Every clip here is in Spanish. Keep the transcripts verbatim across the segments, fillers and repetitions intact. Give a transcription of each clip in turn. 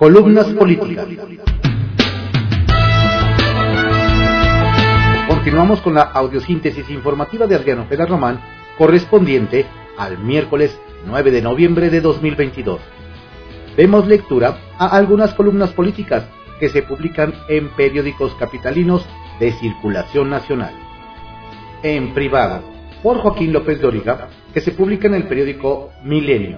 Columnas políticas. Continuamos con la audiosíntesis informativa de Adriano Ojeda Román, correspondiente al miércoles nueve de noviembre de dos mil veintidós. Demos lectura a algunas columnas políticas que se publican en periódicos capitalinos de circulación nacional. En privado, por Joaquín López Dóriga, que se publica en el periódico Milenio.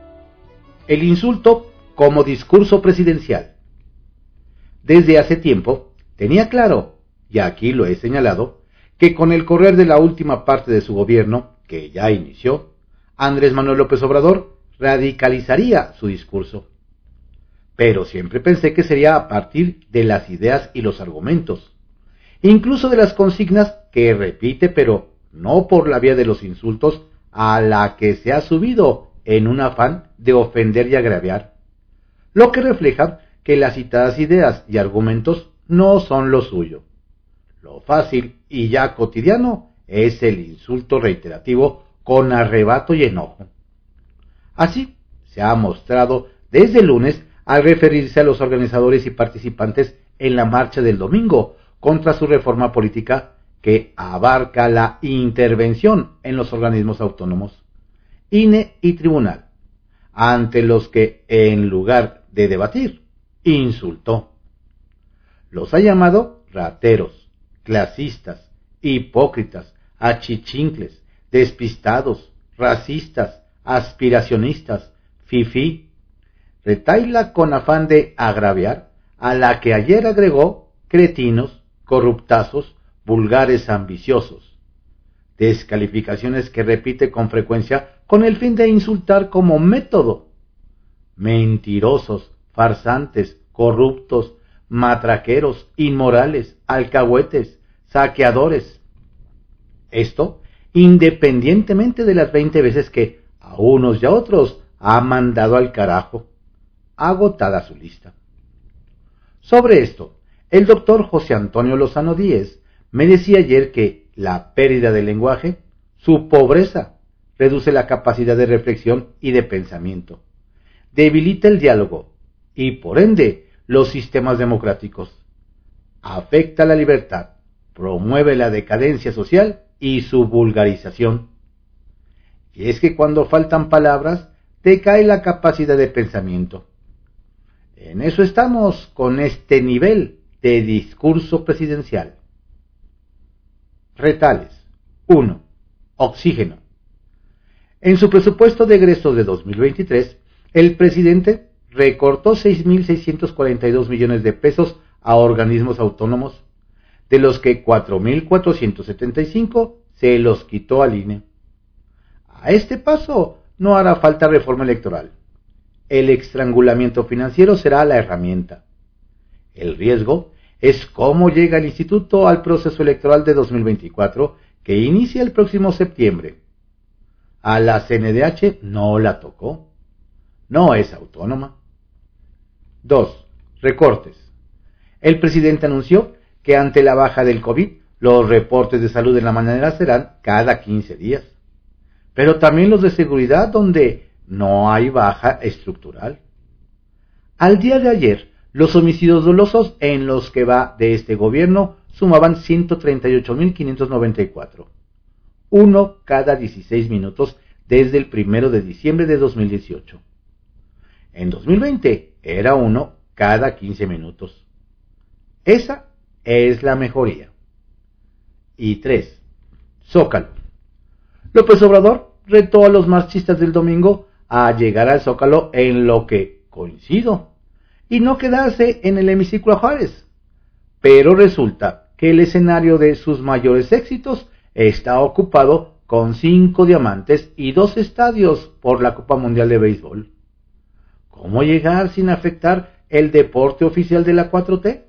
El insulto como discurso presidencial. Desde hace tiempo tenía claro, y aquí lo he señalado, que con el correr de la última parte de su gobierno, que ya inició, Andrés Manuel López Obrador radicalizaría su discurso. Pero siempre pensé que sería a partir de las ideas y los argumentos, incluso de las consignas que repite, pero no por la vía de los insultos a la que se ha subido en un afán de ofender y agraviar, lo que refleja que las citadas ideas y argumentos no son lo suyo. Lo fácil y ya cotidiano es el insulto reiterativo con arrebato y enojo. Así se ha mostrado desde el lunes al referirse a los organizadores y participantes en la marcha del domingo contra su reforma política que abarca la intervención en los organismos autónomos, I N E y tribunal, ante los que, en lugar de debatir, insultó. Los ha llamado rateros, clasistas, hipócritas, achichincles, despistados, racistas, aspiracionistas, fifí. Retaila con afán de agraviar, a la que ayer agregó cretinos, corruptazos, vulgares ambiciosos. Descalificaciones que repite con frecuencia con el fin de insultar como método. Mentirosos, farsantes, corruptos, matraqueros, inmorales, alcahuetes, saqueadores. Esto independientemente de las veinte veces que a unos y a otros ha mandado al carajo. Agotada su lista. Sobre esto, el doctor José Antonio Lozano Díez me decía ayer que la pérdida del lenguaje, su pobreza, reduce la capacidad de reflexión y de pensamiento, debilita el diálogo y, por ende, los sistemas democráticos, afecta la libertad, promueve la decadencia social y su vulgarización. Y es que cuando faltan palabras, decae la capacidad de pensamiento. En eso estamos con este nivel de discurso presidencial. Retales. uno. Oxígeno. En su presupuesto de egresos de dos mil veintitrés, el presidente recortó seis mil seiscientos cuarenta y dos millones de pesos a organismos autónomos, de los que cuatro mil cuatrocientos setenta y cinco se los quitó al I N E. A este paso no hará falta reforma electoral. El estrangulamiento financiero será la herramienta. El riesgo es cómo llega el instituto al proceso electoral de dos mil veinticuatro, que inicia el próximo septiembre. A la C N D H no la tocó. No es autónoma. dos. Recortes. El presidente anunció que ante la baja del COVID, los reportes de salud en la mañanera serán cada quince días. Pero también los de seguridad, donde no hay baja estructural. Al día de ayer, los homicidios dolosos en los que va de este gobierno sumaban ciento treinta y ocho mil quinientos noventa y cuatro. Uno cada dieciséis minutos desde el primero de diciembre de dos mil dieciocho. En dos mil veinte era uno cada quince minutos. Esa es la mejoría. Y tres. Zócalo. López Obrador retó a los marchistas del domingo a llegar al Zócalo en lo que coincido, y no quedarse en el hemiciclo a Juárez. Pero resulta que el escenario de sus mayores éxitos está ocupado con cinco diamantes y dos estadios por la Copa Mundial de Béisbol. ¿Cómo llegar sin afectar el deporte oficial de la cuatro T?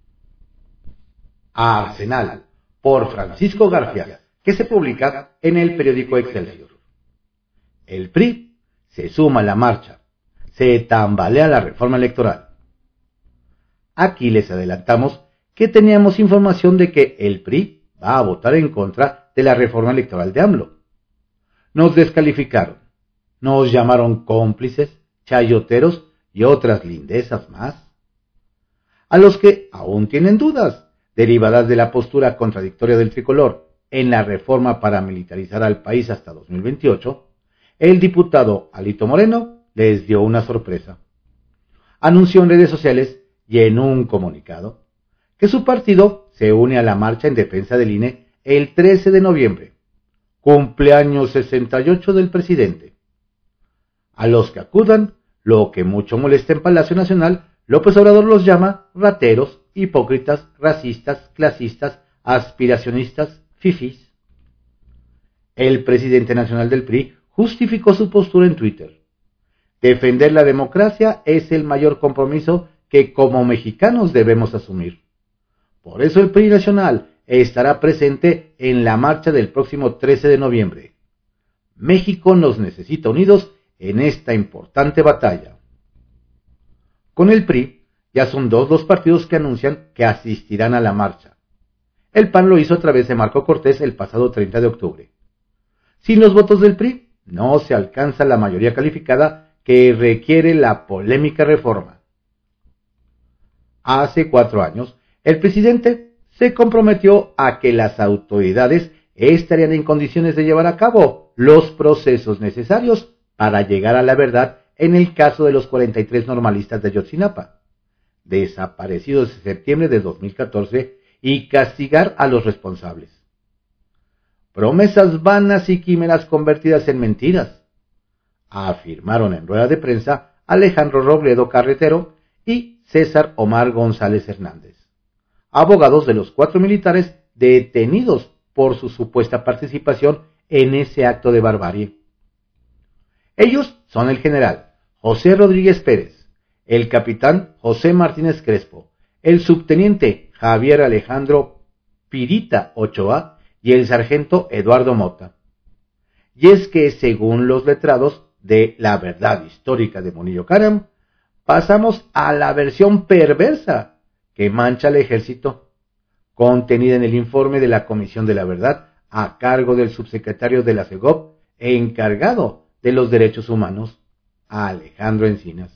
Arsenal, por Francisco García, que se publica en el periódico Excelsior. El P R I se suma a la marcha, se tambalea la reforma electoral. Aquí les adelantamos que teníamos información de que el P R I va a votar en contra de la reforma electoral de AMLO. Nos descalificaron, nos llamaron cómplices, chayoteros y otras lindezas más. A los que aún tienen dudas, derivadas de la postura contradictoria del tricolor en la reforma para militarizar al país hasta dos mil veintiocho, el diputado Alito Moreno les dio una sorpresa. Anunció en redes sociales y en un comunicado que su partido se une a la marcha en defensa del I N E el trece de noviembre, cumpleaños sesenta y ocho del presidente. A los que acudan, lo que mucho molesta en Palacio Nacional, López Obrador los llama rateros, hipócritas, racistas, clasistas, aspiracionistas, fifís. El presidente nacional del P R I justificó su postura en Twitter. Defender la democracia es el mayor compromiso que como mexicanos debemos asumir. Por eso el P R I nacional estará presente en la marcha del próximo trece de noviembre. México nos necesita unidos en esta importante batalla. Con el P R I ya son dos los partidos que anuncian que asistirán a la marcha. El P A N lo hizo a través de Marco Cortés el pasado treinta de octubre. Sin los votos del P R I no se alcanza la mayoría calificada que requiere la polémica reforma. Hace cuatro años, el presidente se comprometió a que las autoridades estarían en condiciones de llevar a cabo los procesos necesarios para llegar a la verdad en el caso de los cuarenta y tres normalistas de Ayotzinapa, desaparecidos en septiembre de dos mil catorce, y castigar a los responsables. Promesas vanas y quimeras convertidas en mentiras, afirmaron en rueda de prensa Alejandro Robledo Carretero y César Omar González Hernández, abogados de los cuatro militares detenidos por su supuesta participación en ese acto de barbarie. Ellos son el general José Rodríguez Pérez, el capitán José Martínez Crespo, el subteniente Javier Alejandro Pirita Ochoa y el sargento Eduardo Mota. Y es que, según los letrados de La Verdad Histórica de Monillo Karam, pasamos a la versión perversa que mancha al ejército, contenida en el informe de la Comisión de la Verdad a cargo del subsecretario de la SEGOV encargado de los derechos humanos, Alejandro Encinas.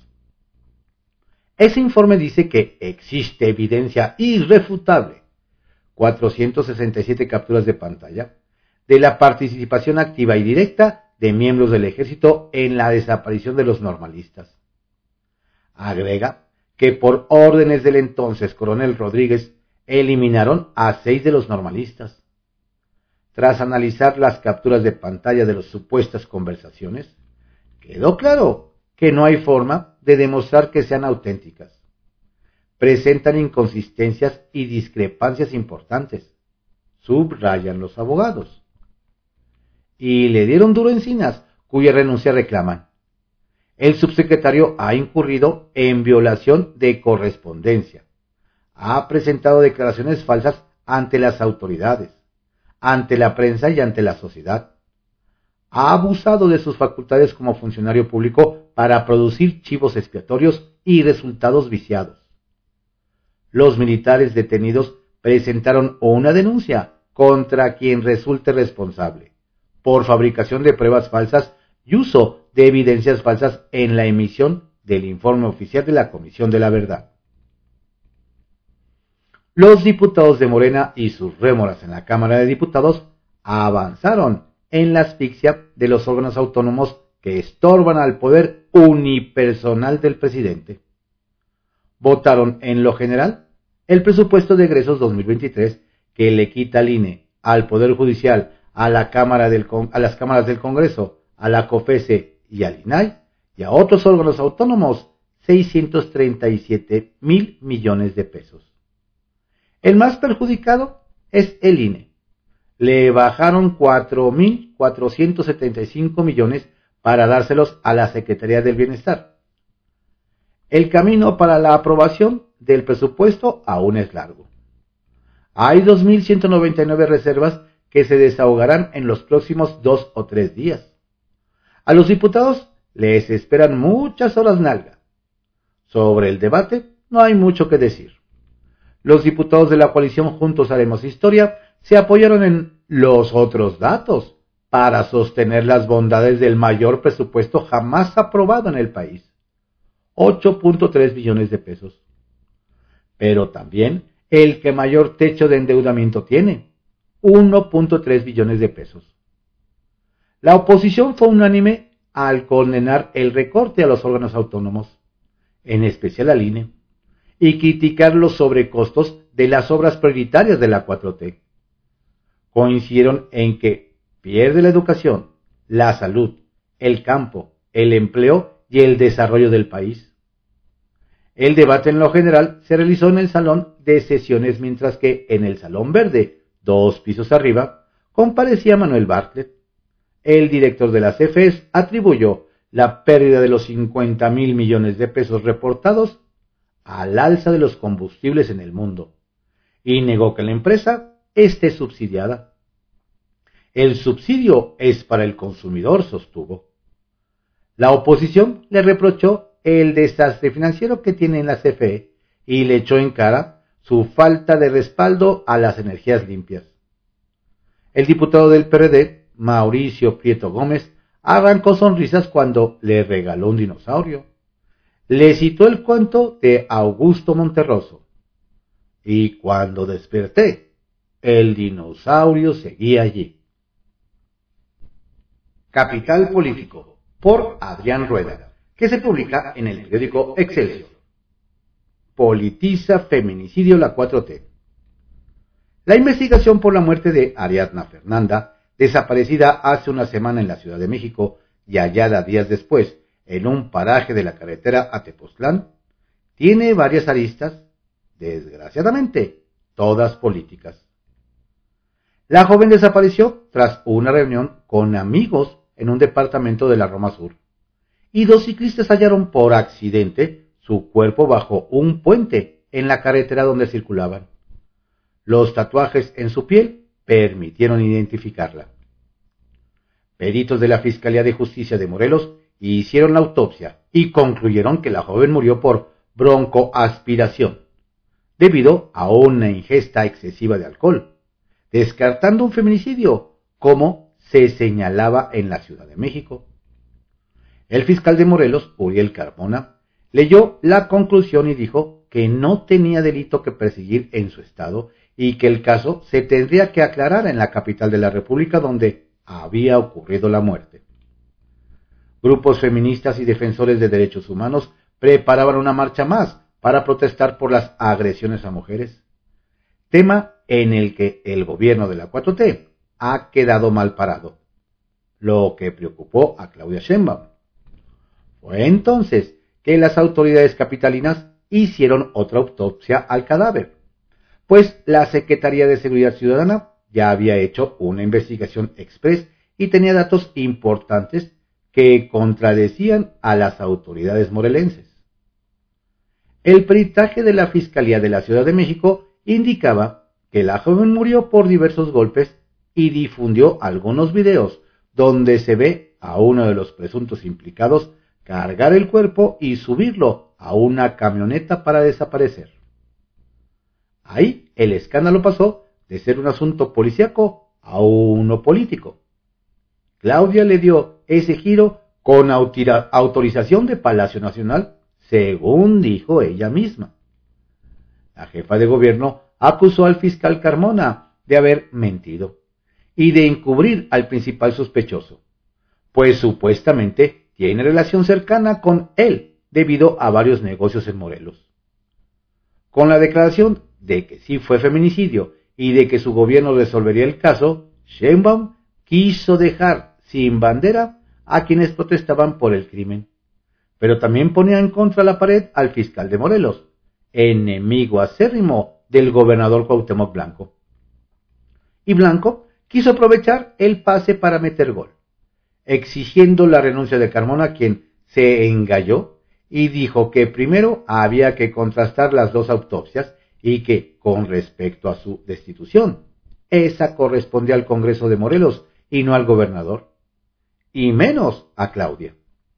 Ese informe dice que existe evidencia irrefutable, cuatrocientas sesenta y siete capturas de pantalla, de la participación activa y directa de miembros del ejército en la desaparición de los normalistas. Agrega que por órdenes del entonces coronel Rodríguez eliminaron a seis de los normalistas. Tras analizar las capturas de pantalla de las supuestas conversaciones, quedó claro que no hay forma de demostrar que sean auténticas. Presentan inconsistencias y discrepancias importantes, subrayan los abogados. Y le dieron duro a Encinas, cuya renuncia reclaman. El subsecretario ha incurrido en violación de correspondencia. Ha presentado declaraciones falsas ante las autoridades, ante la prensa y ante la sociedad. Ha abusado de sus facultades como funcionario público para producir chivos expiatorios y resultados viciados. Los militares detenidos presentaron una denuncia contra quien resulte responsable por fabricación de pruebas falsas y uso de evidencias falsas en la emisión del informe oficial de la Comisión de la Verdad. Los diputados de Morena y sus rémoras en la Cámara de Diputados avanzaron en la asfixia de los órganos autónomos que estorban al poder unipersonal del presidente. Votaron en lo general el presupuesto de egresos dos mil veintitrés que le quita al I N E, al Poder Judicial, a, la Cámara del, a las cámaras del Congreso, a la COFESE y al I N A I y a otros órganos autónomos seiscientos treinta y siete mil millones de pesos. El más perjudicado es el I N E. Le bajaron cuatro mil cuatrocientos setenta y cinco millones para dárselos a la Secretaría del Bienestar. El camino para la aprobación del presupuesto aún es largo. Hay dos mil ciento noventa y nueve reservas que se desahogarán en los próximos dos o tres días. A los diputados les esperan muchas horas nalga. Sobre el debate no hay mucho que decir. Los diputados de la coalición Juntos Haremos Historia se apoyaron en los otros datos para sostener las bondades del mayor presupuesto jamás aprobado en el país. ocho punto tres billones de pesos. Pero también el que mayor techo de endeudamiento tiene, uno punto tres billones de pesos. La oposición fue unánime al condenar el recorte a los órganos autónomos, en especial al I N E, y criticar los sobrecostos de las obras prioritarias de la cuatro T. Coincidieron en que pierde la educación, la salud, el campo, el empleo y el desarrollo del país. El debate en lo general se realizó en el salón de sesiones, mientras que en el salón verde, dos pisos arriba, comparecía Manuel Bartlett. El director de la C F E atribuyó la pérdida de los cincuenta mil millones de pesos reportados al alza de los combustibles en el mundo y negó que la empresa esté subsidiada. El subsidio es para el consumidor, sostuvo. La oposición le reprochó el desastre financiero que tiene en la C F E y le echó en cara su falta de respaldo a las energías limpias. El diputado del P R D, Mauricio Prieto Gómez, arrancó sonrisas cuando le regaló un dinosaurio. Le citó el cuento de Augusto Monterroso. Y cuando desperté, el dinosaurio seguía allí. Capital Político, por Adrián Rueda, que se publica en el periódico Excelsior. Politiza feminicidio la cuatro T. La investigación por la muerte de Ariadna Fernanda, desaparecida hace una semana en la Ciudad de México y hallada días después en un paraje de la carretera a Tepoztlán, tiene varias aristas, desgraciadamente, todas políticas. La joven desapareció tras una reunión con amigos en un departamento de la Roma Sur, y dos ciclistas hallaron por accidente su cuerpo bajo un puente en la carretera donde circulaban. Los tatuajes en su piel permitieron identificarla. Peritos de la Fiscalía de Justicia de Morelos hicieron la autopsia y concluyeron que la joven murió por broncoaspiración, debido a una ingesta excesiva de alcohol, descartando un feminicidio, como se señalaba en la Ciudad de México. El fiscal de Morelos, Uriel Carmona, leyó la conclusión y dijo que no tenía delito que perseguir en su estado y que el caso se tendría que aclarar en la capital de la República, donde había ocurrido la muerte. Grupos feministas y defensores de derechos humanos preparaban una marcha más para protestar por las agresiones a mujeres, tema en el que el gobierno de la cuatro T ha quedado mal parado, lo que preocupó a Claudia Sheinbaum. Fue entonces que las autoridades capitalinas hicieron otra autopsia al cadáver, pues la Secretaría de Seguridad Ciudadana ya había hecho una investigación express y tenía datos importantes que contradecían a las autoridades morelenses. El peritaje de la Fiscalía de la Ciudad de México indicaba que la joven murió por diversos golpes y difundió algunos videos donde se ve a uno de los presuntos implicados cargar el cuerpo y subirlo a una camioneta para desaparecer. Ahí el escándalo pasó de ser un asunto policíaco a uno político. Claudia le dio ese giro con autorización de Palacio Nacional, según dijo ella misma. La jefa de gobierno acusó al fiscal Carmona de haber mentido y de encubrir al principal sospechoso, pues supuestamente tiene relación cercana con él debido a varios negocios en Morelos. Con la declaración de que sí fue feminicidio y de que su gobierno resolvería el caso, Sheinbaum quiso dejar sin bandera a quienes protestaban por el crimen, pero también ponía en contra la pared al fiscal de Morelos, enemigo acérrimo del gobernador Cuauhtémoc Blanco. Y Blanco quiso aprovechar el pase para meter gol, exigiendo la renuncia de Carmona, quien se engalló y dijo que primero había que contrastar las dos autopsias y que, con respecto a su destitución, esa correspondía al Congreso de Morelos y no al gobernador, y menos a Claudia.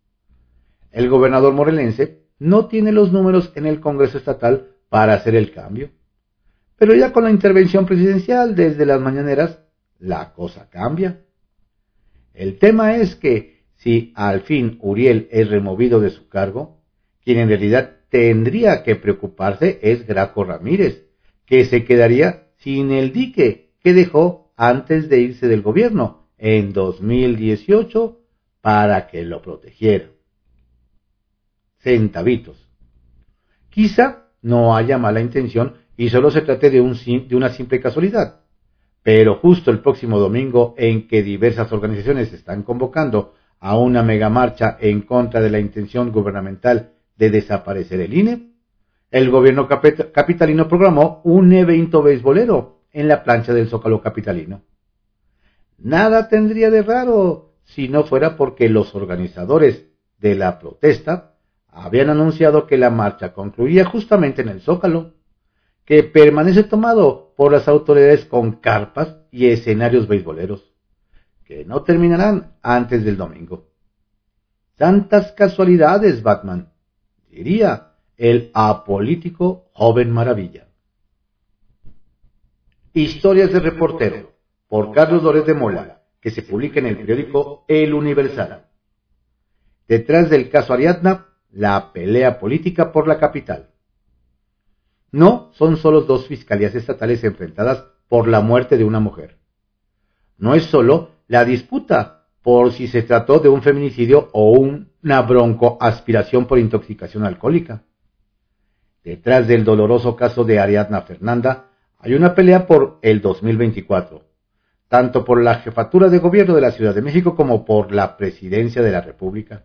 El gobernador morelense no tiene los números en el Congreso estatal para hacer el cambio, pero ya con la intervención presidencial desde las mañaneras, la cosa cambia. El tema es que, si al fin Uriel es removido de su cargo, Quien en realidad tendría que preocuparse es Graco Ramírez, que se quedaría sin el dique que dejó antes de irse del gobierno en dos mil dieciocho para que lo protegiera. Centavitos. Quizá no haya mala intención y solo se trate de, un, de una simple casualidad, pero justo el próximo domingo en que diversas organizaciones están convocando a una megamarcha en contra de la intención gubernamental de desaparecer el I N E, el gobierno capitalino programó un evento beisbolero en la plancha del Zócalo capitalino. Nada tendría de raro si no fuera porque los organizadores de la protesta habían anunciado que la marcha concluía justamente en el Zócalo, que permanece tomado por las autoridades con carpas y escenarios beisboleros, que no terminarán antes del domingo. Tantas casualidades, Batman, diría el apolítico joven maravilla. Historias de reportero, por Carlos Dórez de Mola, que se publica en el periódico El Universal. Detrás del caso Ariadna, la pelea política por la capital. No son solo dos fiscalías estatales enfrentadas por la muerte de una mujer. No es solo la disputa por si se trató de un feminicidio o una broncoaspiración por intoxicación alcohólica. Detrás del doloroso caso de Ariadna Fernanda hay una pelea por el dos mil veinticuatro, tanto por la jefatura de gobierno de la Ciudad de México como por la presidencia de la República.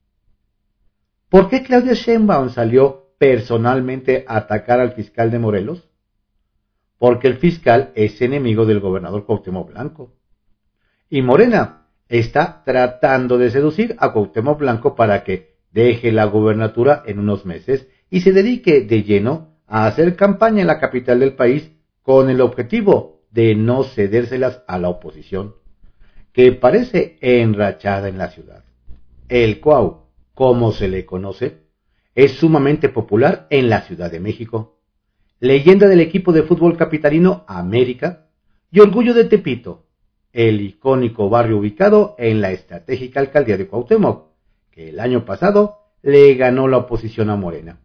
¿Por qué Claudia Sheinbaum salió personalmente a atacar al fiscal de Morelos? Porque el fiscal es enemigo del gobernador Cuauhtémoc Blanco. Y Morena está tratando de seducir a Cuauhtémoc Blanco para que deje la gubernatura en unos meses y se dedique de lleno a hacer campaña en la capital del país con el objetivo de no cedérselas a la oposición, que parece enrachada en la ciudad. El Cuau, como se le conoce, es sumamente popular en la Ciudad de México, leyenda del equipo de fútbol capitalino América y orgullo de Tepito, el icónico barrio ubicado en la estratégica alcaldía de Cuauhtémoc, que el año pasado le ganó la oposición a Morena.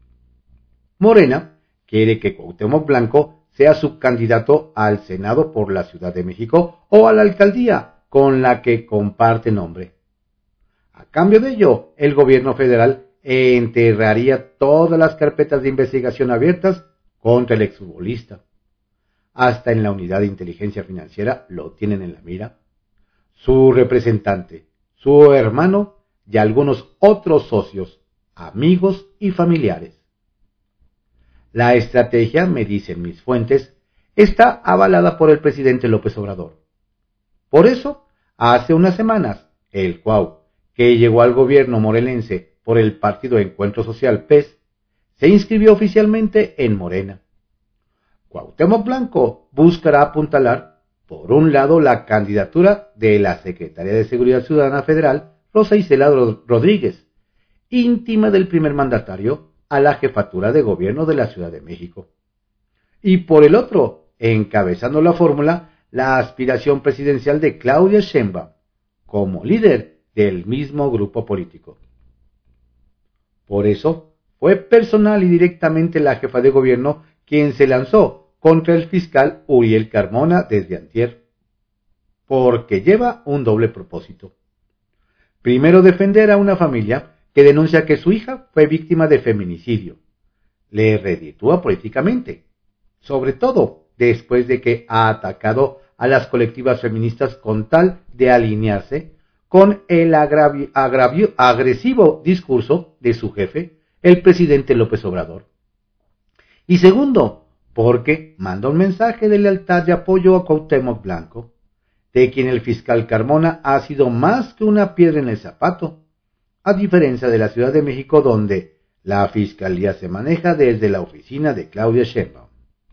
Morena quiere que Cuauhtémoc Blanco sea subcandidato al Senado por la Ciudad de México o a la alcaldía con la que comparte nombre. A cambio de ello, el gobierno federal enterraría todas las carpetas de investigación abiertas contra el exfutbolista. Hasta en la unidad de inteligencia financiera lo tienen en la mira. Su representante, su hermano y algunos otros socios, amigos y familiares. La estrategia, me dicen mis fuentes, está avalada por el presidente López Obrador. Por eso, hace unas semanas, el Cuau, que llegó al gobierno morelense por el partido Encuentro Social P E S, se inscribió oficialmente en Morena. Cuauhtémoc Blanco buscará apuntalar, por un lado, la candidatura de la Secretaría de Seguridad Ciudadana Federal, Rosa Isela Rodríguez, íntima del primer mandatario, a la jefatura de gobierno de la Ciudad de México. Y por el otro, encabezando la fórmula, la aspiración presidencial de Claudia Sheinbaum, como líder del mismo grupo político. Por eso, fue personal y directamente la jefa de gobierno quien se lanzó contra el fiscal Uriel Carmona desde antier, porque lleva un doble propósito. Primero, defender a una familia que denuncia que su hija fue víctima de feminicidio. Le reditúa políticamente, sobre todo después de que ha atacado a las colectivas feministas con tal de alinearse con el agravio, agravio, agresivo discurso de su jefe, el presidente López Obrador. Y segundo, porque manda un mensaje de lealtad y apoyo a Cuauhtémoc Blanco, de quien el fiscal Carmona ha sido más que una piedra en el zapato, a diferencia de la Ciudad de México, donde la fiscalía se maneja desde la oficina de Claudia Sheinbaum.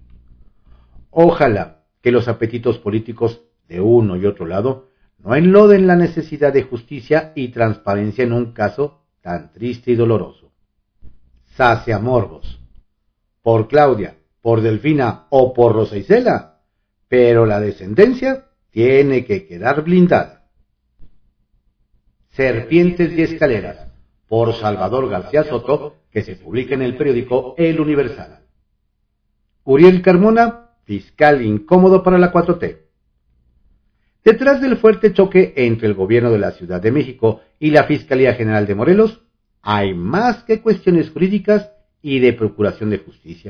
Ojalá que los apetitos políticos de uno y otro lado no enloden la necesidad de justicia y transparencia en un caso tan triste y doloroso. Sacia morbos. Por Claudia, por Delfina o por Rosa Isela, pero la descendencia tiene que quedar blindada. Serpientes y escaleras, por Salvador García Soto, que se publica en el periódico El Universal. Uriel Carmona, fiscal incómodo para la cuatro T. Detrás del fuerte choque entre el gobierno de la Ciudad de México y la Fiscalía General de Morelos, hay más que cuestiones jurídicas y de procuración de justicia.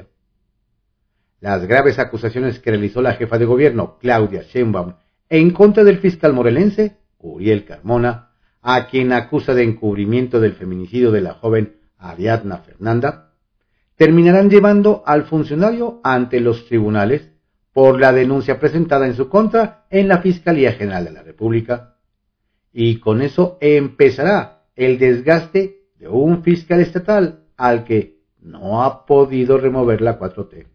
Las graves acusaciones que realizó la jefa de gobierno, Claudia Sheinbaum, en contra del fiscal morelense, Uriel Carmona, a quien acusa de encubrimiento del feminicidio de la joven Ariadna Fernanda, terminarán llevando al funcionario ante los tribunales por la denuncia presentada en su contra en la Fiscalía General de la República. Y con eso empezará el desgaste de un fiscal estatal al que no ha podido remover la cuatro T.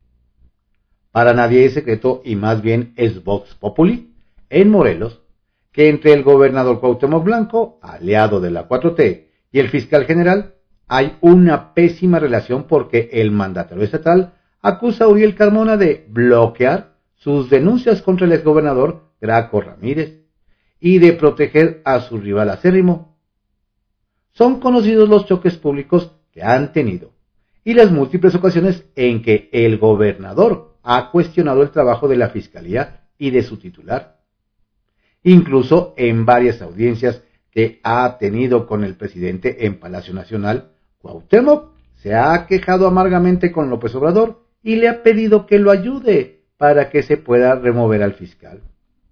Para nadie es secreto, y más bien es Vox Populi, en Morelos, que entre el gobernador Cuauhtémoc Blanco, aliado de la cuatro T, y el fiscal general, hay una pésima relación porque el mandatario estatal acusa a Uriel Carmona de bloquear sus denuncias contra el exgobernador Graco Ramírez y de proteger a su rival acérrimo. Son conocidos los choques públicos que han tenido y las múltiples ocasiones en que el gobernador ha cuestionado el trabajo de la Fiscalía y de su titular. Incluso en varias audiencias que ha tenido con el presidente en Palacio Nacional, Cuauhtémoc se ha quejado amargamente con López Obrador y le ha pedido que lo ayude para que se pueda remover al fiscal.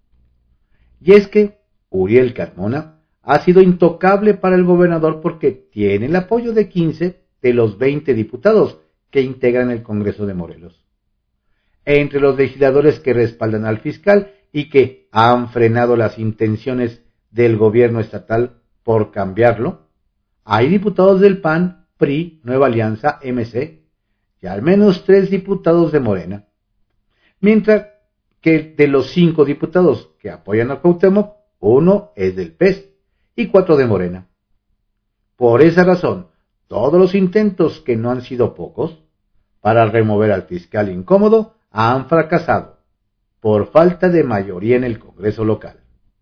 Y es que Uriel Carmona ha sido intocable para el gobernador porque tiene el apoyo de quince de los veinte diputados que integran el Congreso de Morelos. Entre los legisladores que respaldan al fiscal y que han frenado las intenciones del gobierno estatal por cambiarlo, hay diputados del P A N, P R I, Nueva Alianza, M C y al menos tres diputados de Morena. Mientras que de los cinco diputados que apoyan a Cuauhtémoc, uno es del P E S y cuatro de Morena. Por esa razón, todos los intentos, que no han sido pocos, para remover al fiscal incómodo han fracasado por falta de mayoría en el Congreso local.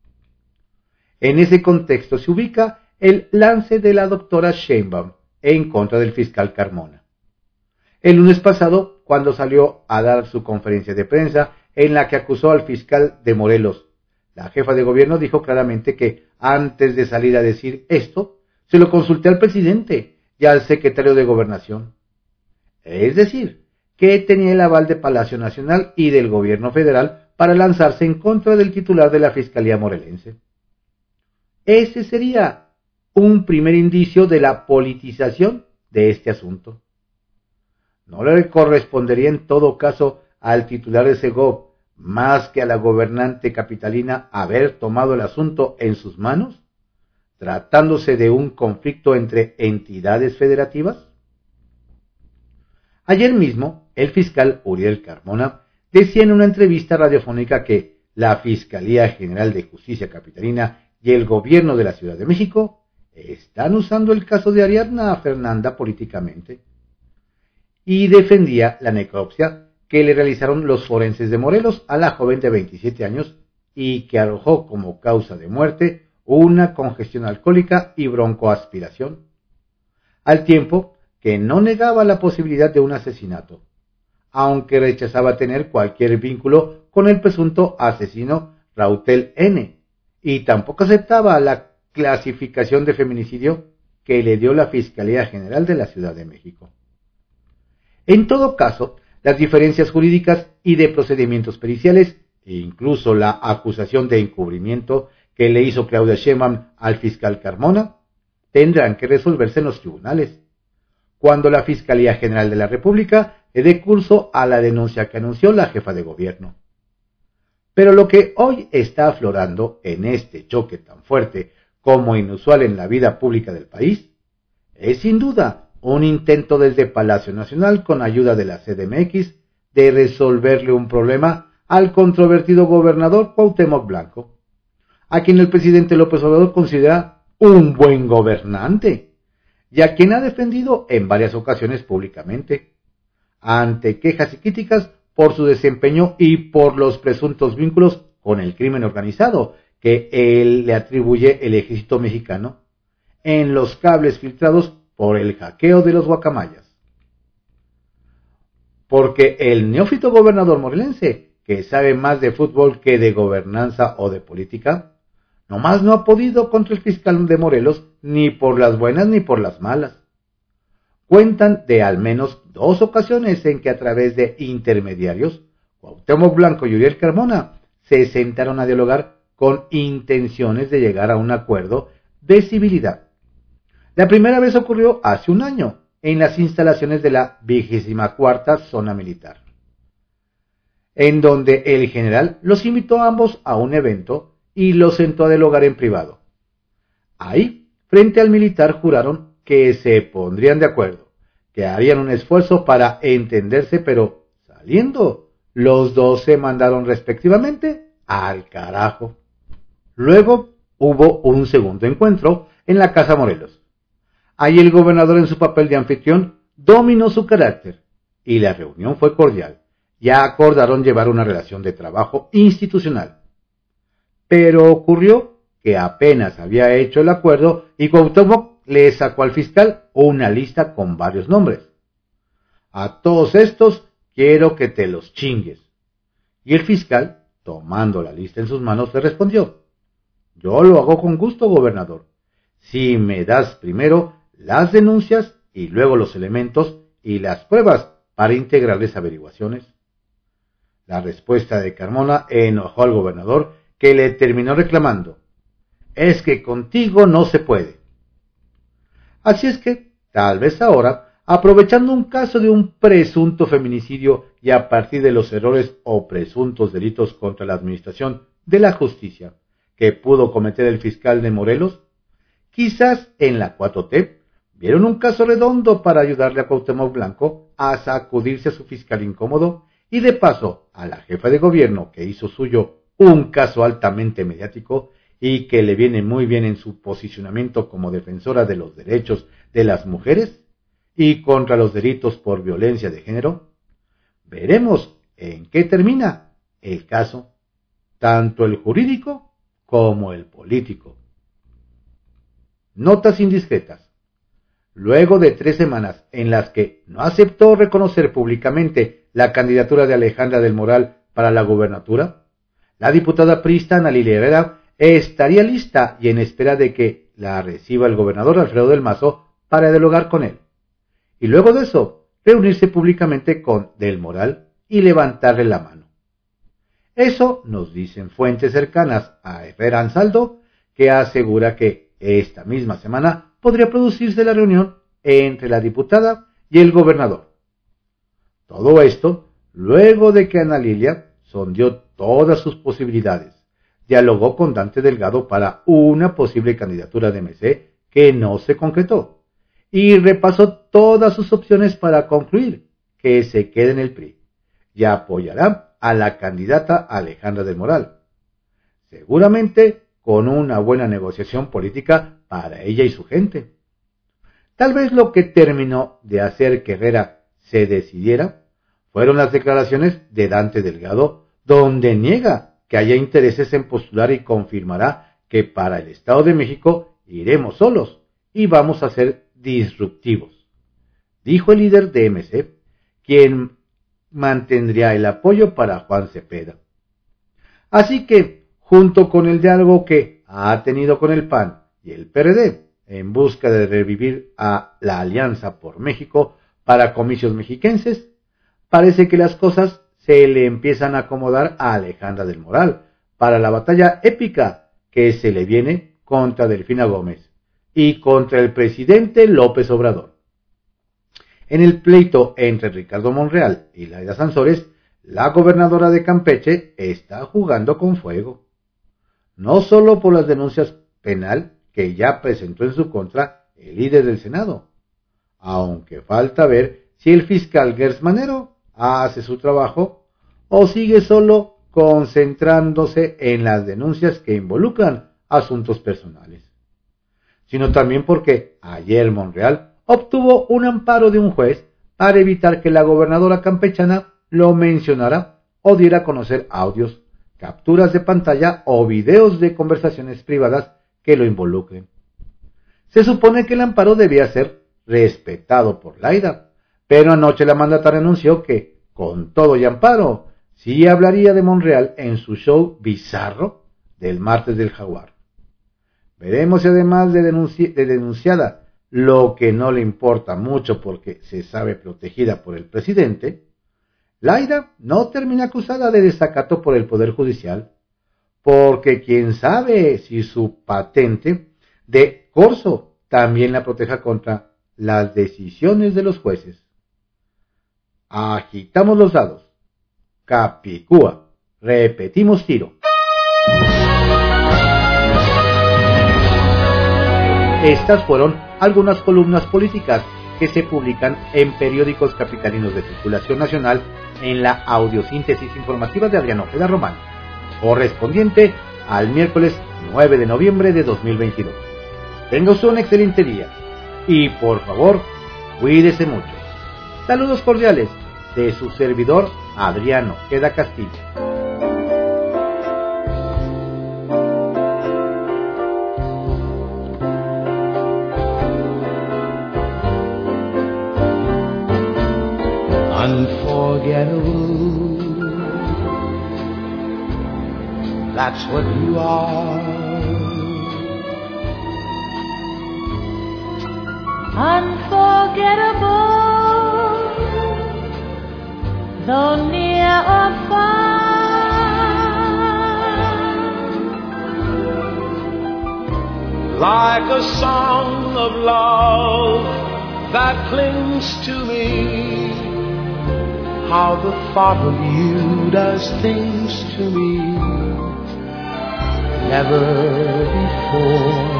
En ese contexto se ubica el lance de la doctora Sheinbaum en contra del fiscal Carmona. El lunes pasado, cuando salió a dar su conferencia de prensa en la que acusó al fiscal de Morelos, la jefa de gobierno dijo claramente que antes de salir a decir esto, se lo consulté al presidente y al secretario de Gobernación. Es decir, que tenía el aval de Palacio Nacional y del gobierno federal para lanzarse en contra del titular de la Fiscalía morelense. Ese sería un primer indicio de la politización de este asunto. ¿No le correspondería en todo caso al titular de Segov, más que a la gobernante capitalina, haber tomado el asunto en sus manos, tratándose de un conflicto entre entidades federativas? Ayer mismo, el fiscal Uriel Carmona decía en una entrevista radiofónica que la Fiscalía General de Justicia Capitalina y el gobierno de la Ciudad de México están usando el caso de Ariadna Fernanda políticamente, y defendía la necropsia que le realizaron los forenses de Morelos a la joven de veintisiete años y que arrojó como causa de muerte una congestión alcohólica y broncoaspiración, al tiempo que no negaba la posibilidad de un asesinato, aunque rechazaba tener cualquier vínculo con el presunto asesino Rautel N, y tampoco aceptaba la clasificación de feminicidio que le dio la Fiscalía General de la Ciudad de México. En todo caso, las diferencias jurídicas y de procedimientos periciales, e incluso la acusación de encubrimiento que le hizo Claudia Sheinbaum al fiscal Carmona, tendrán que resolverse en los tribunales, cuando la Fiscalía General de la República le dé curso a la denuncia que anunció la jefa de gobierno. Pero lo que hoy está aflorando en este choque tan fuerte como inusual en la vida pública del país es sin duda un intento desde Palacio Nacional, con ayuda de la C D M X, de resolverle un problema al controvertido gobernador Cuauhtémoc Blanco, a quien el presidente López Obrador considera un buen gobernante, y a quien ha defendido en varias ocasiones públicamente, ante quejas y críticas por su desempeño y por los presuntos vínculos con el crimen organizado que él le atribuye el ejército mexicano, en los cables filtrados por el hackeo de los guacamayas. Porque el neófito gobernador morelense, que sabe más de fútbol que de gobernanza o de política, nomás no ha podido contra el fiscal de Morelos ni por las buenas ni por las malas. Cuentan de al menos dos ocasiones en que a través de intermediarios, Cuauhtémoc Blanco y Uriel Carmona se sentaron a dialogar con intenciones de llegar a un acuerdo de civilidad. La primera vez ocurrió hace un año, en las instalaciones de la vigésima cuarta Zona Militar, en donde el general los invitó a ambos a un evento y los sentó a dialogar en privado. Ahí, frente al militar, juraron que se pondrían de acuerdo, que harían un esfuerzo para entenderse, pero saliendo, los dos se mandaron respectivamente al carajo. Luego hubo un segundo encuentro en la Casa Morelos. Ahí el gobernador, en su papel de anfitrión, dominó su carácter y la reunión fue cordial. Ya acordaron llevar una relación de trabajo institucional. Pero ocurrió que apenas había hecho el acuerdo y Cuauhtémoc le sacó al fiscal una lista con varios nombres. A todos estos quiero que te los chingues. Y el fiscal, tomando la lista en sus manos, le respondió: yo lo hago con gusto, gobernador, si me das primero las denuncias y luego los elementos y las pruebas para integrarles averiguaciones. La respuesta de Carmona enojó al gobernador, que le terminó reclamando: es que contigo no se puede. Así es que, tal vez ahora, aprovechando un caso de un presunto feminicidio y a partir de los errores o presuntos delitos contra la administración de la justicia que pudo cometer el fiscal de Morelos, quizás en la cuatro T vieron un caso redondo para ayudarle a Cuauhtémoc Blanco a sacudirse a su fiscal incómodo y de paso a la jefa de gobierno, que hizo suyo un caso altamente mediático y que le viene muy bien en su posicionamiento como defensora de los derechos de las mujeres y contra los delitos por violencia de género. Veremos en qué termina el caso, tanto el jurídico como el político. Notas indiscretas. Luego de tres semanas en las que no aceptó reconocer públicamente la candidatura de Alejandra del Moral para la gobernatura, la diputada priista Ana Lilia Herrera estaría lista y en espera de que la reciba el gobernador Alfredo del Mazo para dialogar con él. Y luego de eso, reunirse públicamente con Del Moral y levantarle la mano. Eso nos dicen fuentes cercanas a Herrera Ansaldo, que asegura que esta misma semana podría producirse la reunión entre la diputada y el gobernador. Todo esto luego de que Ana Lilia sondeó todas sus posibilidades, dialogó con Dante Delgado para una posible candidatura de M C que no se concretó, y repasó todas sus opciones para concluir que se quede en el P R I y apoyará a la candidata Alejandra del Moral, seguramente con una buena negociación política para ella y su gente. Tal vez lo que terminó de hacer que Herrera se decidiera fueron las declaraciones de Dante Delgado, donde niega que haya intereses en postular y confirmará que para el Estado de México iremos solos y vamos a ser disruptivos, dijo el líder de M C, quien mantendría el apoyo para Juan Cepeda. Así que, junto con el diálogo que ha tenido con el P A N y el P R D en busca de revivir a la Alianza por México para comicios mexiquenses, parece que las cosas se le empiezan a acomodar a Alejandra del Moral para la batalla épica que se le viene contra Delfina Gómez y contra el presidente López Obrador. En el pleito entre Ricardo Monreal y Laida Sansores, la gobernadora de Campeche está jugando con fuego. No solo por las denuncias penal que ya presentó en su contra el líder del Senado, aunque falta ver si el fiscal Gers Manero hace su trabajo o sigue solo concentrándose en las denuncias que involucran asuntos personales, sino también porque ayer Monreal obtuvo un amparo de un juez para evitar que la gobernadora campechana lo mencionara o diera a conocer audios, capturas de pantalla o videos de conversaciones privadas que lo involucren. Se supone que el amparo debía ser respetado por Laida, pero anoche la mandataria anunció que, con todo y amparo, sí hablaría de Monreal en su show bizarro del martes del Jaguar. Veremos si además de, denunci- de denunciada, lo que no le importa mucho porque se sabe protegida por el presidente, Laida no termina acusada de desacato por el Poder Judicial, porque quién sabe si su patente de corso también la proteja contra las decisiones de los jueces. Agitamos los dados. Capicúa. Repetimos tiro. Estas fueron algunas columnas políticas que se publican en periódicos capitalinos de circulación nacional en la audiosíntesis informativa de Adrián Ojeda Román, correspondiente al miércoles nueve de noviembre de dos mil veintidós. Tenga usted un excelente día y, por favor, cuídese mucho. Saludos cordiales de su servidor Adrián Ojeda Castillo. Unforgettable, that's what you are. Unforgettable, though near or far. Like a song of love that clings to me. How the thought of you does things to me. Never before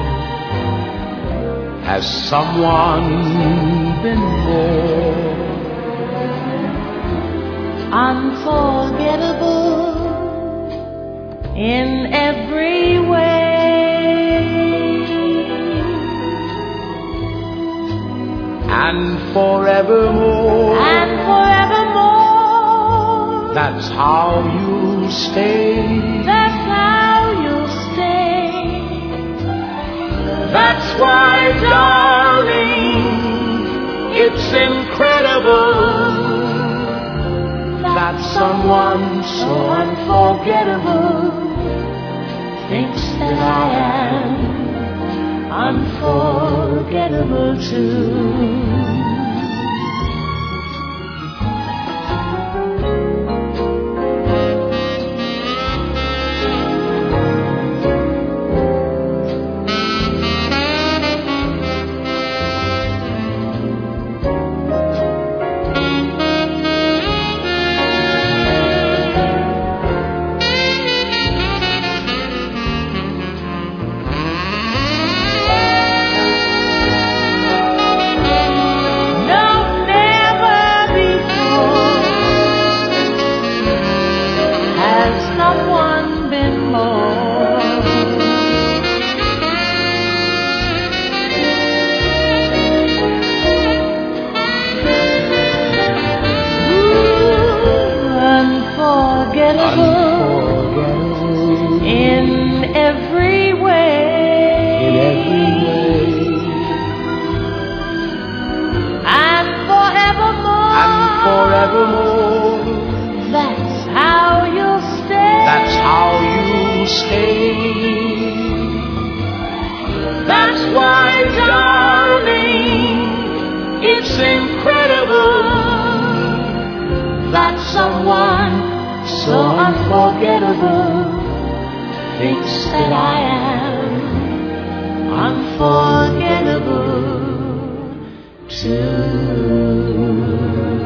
has someone been more unforgettable in every way, and forevermore, and forevermore. That's how you stay. That's how you'll stay. That's why, darling, it's incredible that someone so unforgettable thinks that I am unforgettable too. unforgettable in every way, in every way, and forevermore, and forevermore. That's how you'll stay. That's how you stay. That's why, darling, it's incredible that someone so unforgettable thinks that I am unforgettable too.